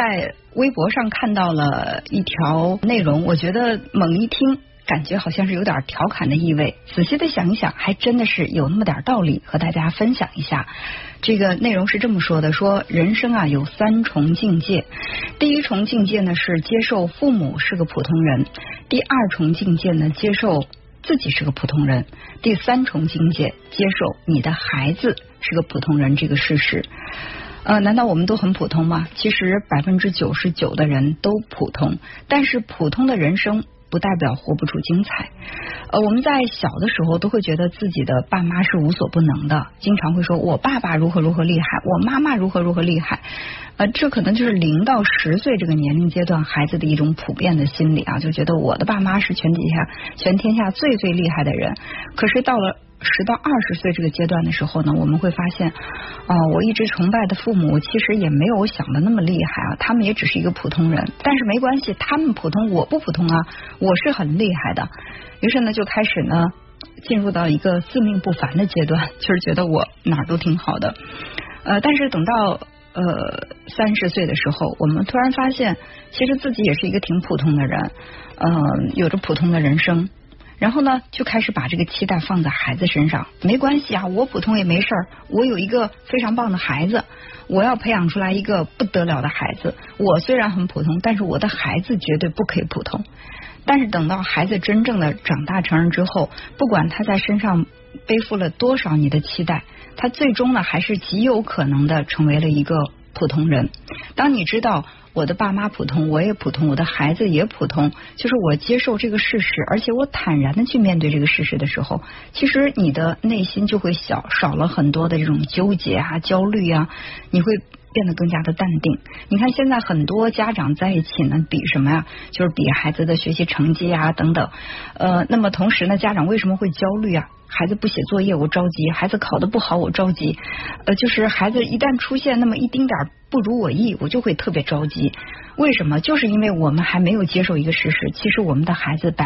在微博上看到了一条内容，我觉得猛一听感觉好像是有点调侃的意味，仔细的想一想还真的是有那么点道理，和大家分享一下。这个内容是这么说的，说人生啊有3重境界，第一重境界呢是接受父母是个普通人，第2重境界呢接受自己是个普通人，第3重境界接受你的孩子是个普通人这个事实。难道我们都很普通吗？其实99%的人都普通，但是普通的人生不代表活不出精彩。我们在小的时候都会觉得自己的爸妈是无所不能的，经常会说我爸爸如何如何厉害，我妈妈如何如何厉害。这可能就是0到10岁这个年龄阶段孩子的一种普遍的心理啊，就觉得我的爸妈是全天下最最厉害的人。可是到了10到20岁这个阶段的时候呢，我们会发现我一直崇拜的父母其实也没有我想的那么厉害啊，他们也只是一个普通人，但是没关系，他们普通我不普通啊，我是很厉害的。于是呢就开始呢进入到一个自命不凡的阶段，就是觉得我哪儿都挺好的。但是等到30岁的时候，我们突然发现其实自己也是一个挺普通的人，有着普通的人生。然后呢就开始把这个期待放在孩子身上，没关系啊，我普通也没事儿，我有一个非常棒的孩子，我要培养出来一个不得了的孩子。我虽然很普通，但是我的孩子绝对不可以普通。但是等到孩子真正的长大成人之后，不管他在身上背负了多少你的期待，他最终呢还是极有可能的成为了一个普通人。当你知道我的爸妈普通，我也普通，我的孩子也普通，就是我接受这个事实，而且我坦然的去面对这个事实的时候，其实你的内心就会少了很多的这种纠结啊、焦虑啊，你会变得更加的淡定。你看现在很多家长在一起呢，比什么呀？就是比孩子的学习成绩啊等等。那么同时呢，家长为什么会焦虑啊？孩子不写作业我着急，孩子考得不好我着急，就是孩子一旦出现那么一丁点不如我意，我就会特别着急。为什么？就是因为我们还没有接受一个事实，其实我们的孩子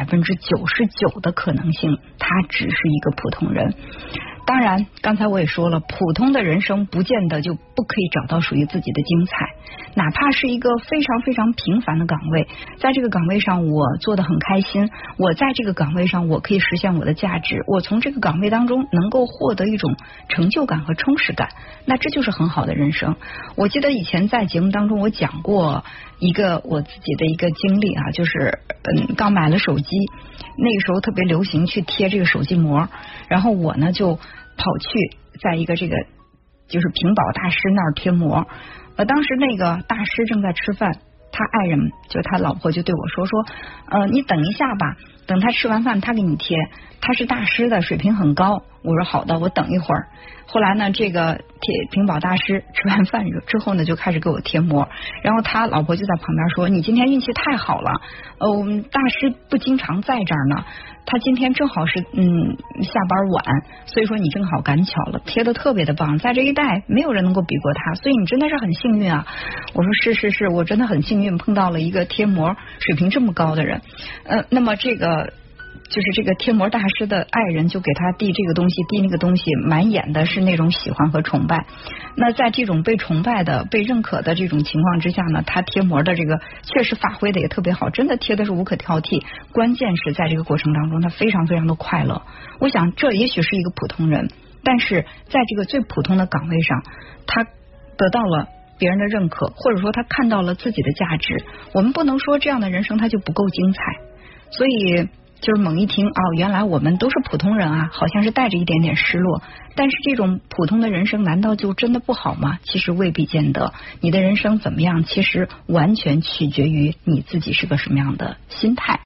99%的可能性，他只是一个普通人。当然刚才我也说了，普通的人生不见得就不可以找到属于自己的精彩，哪怕是一个非常非常平凡的岗位，在这个岗位上我做得很开心，我在这个岗位上我可以实现我的价值，我从这个岗位当中能够获得一种成就感和充实感，那这就是很好的人生。我记得以前在节目当中我讲过一个我自己的一个经历啊，就是刚买了手机，那个时候特别流行去贴这个手机膜，然后我呢就跑去在一个这个就是屏保大师那儿贴膜。当时那个大师正在吃饭，他爱人就他老婆就对我说你等一下吧，等他吃完饭他给你贴，他是大师的水平很高。我说好的，我等一会儿。后来呢，这个屏保大师吃完饭之后呢，就开始给我贴膜，然后他老婆就在旁边说，你今天运气太好了，我们大师不经常在这儿呢，他今天正好是下班晚，所以说你正好赶巧了，贴的特别的棒，在这一带没有人能够比过他，所以你真的是很幸运啊。我说是，我真的很幸运碰到了一个贴膜水平这么高的人。那么这个就是这个贴膜大师的爱人就给他递这个东西递那个东西，满眼的是那种喜欢和崇拜。那在这种被崇拜的被认可的这种情况之下呢，他贴膜的这个确实发挥的也特别好，真的贴的是无可挑剔，关键是在这个过程当中他非常非常的快乐。我想这也许是一个普通人，但是在这个最普通的岗位上，他得到了别人的认可，或者说他看到了自己的价值。我们不能说这样的人生他就不够精彩。所以就是猛一听原来我们都是普通人啊，好像是带着一点点失落。但是这种普通的人生难道就真的不好吗？其实未必见得。你的人生怎么样，其实完全取决于你自己是个什么样的心态。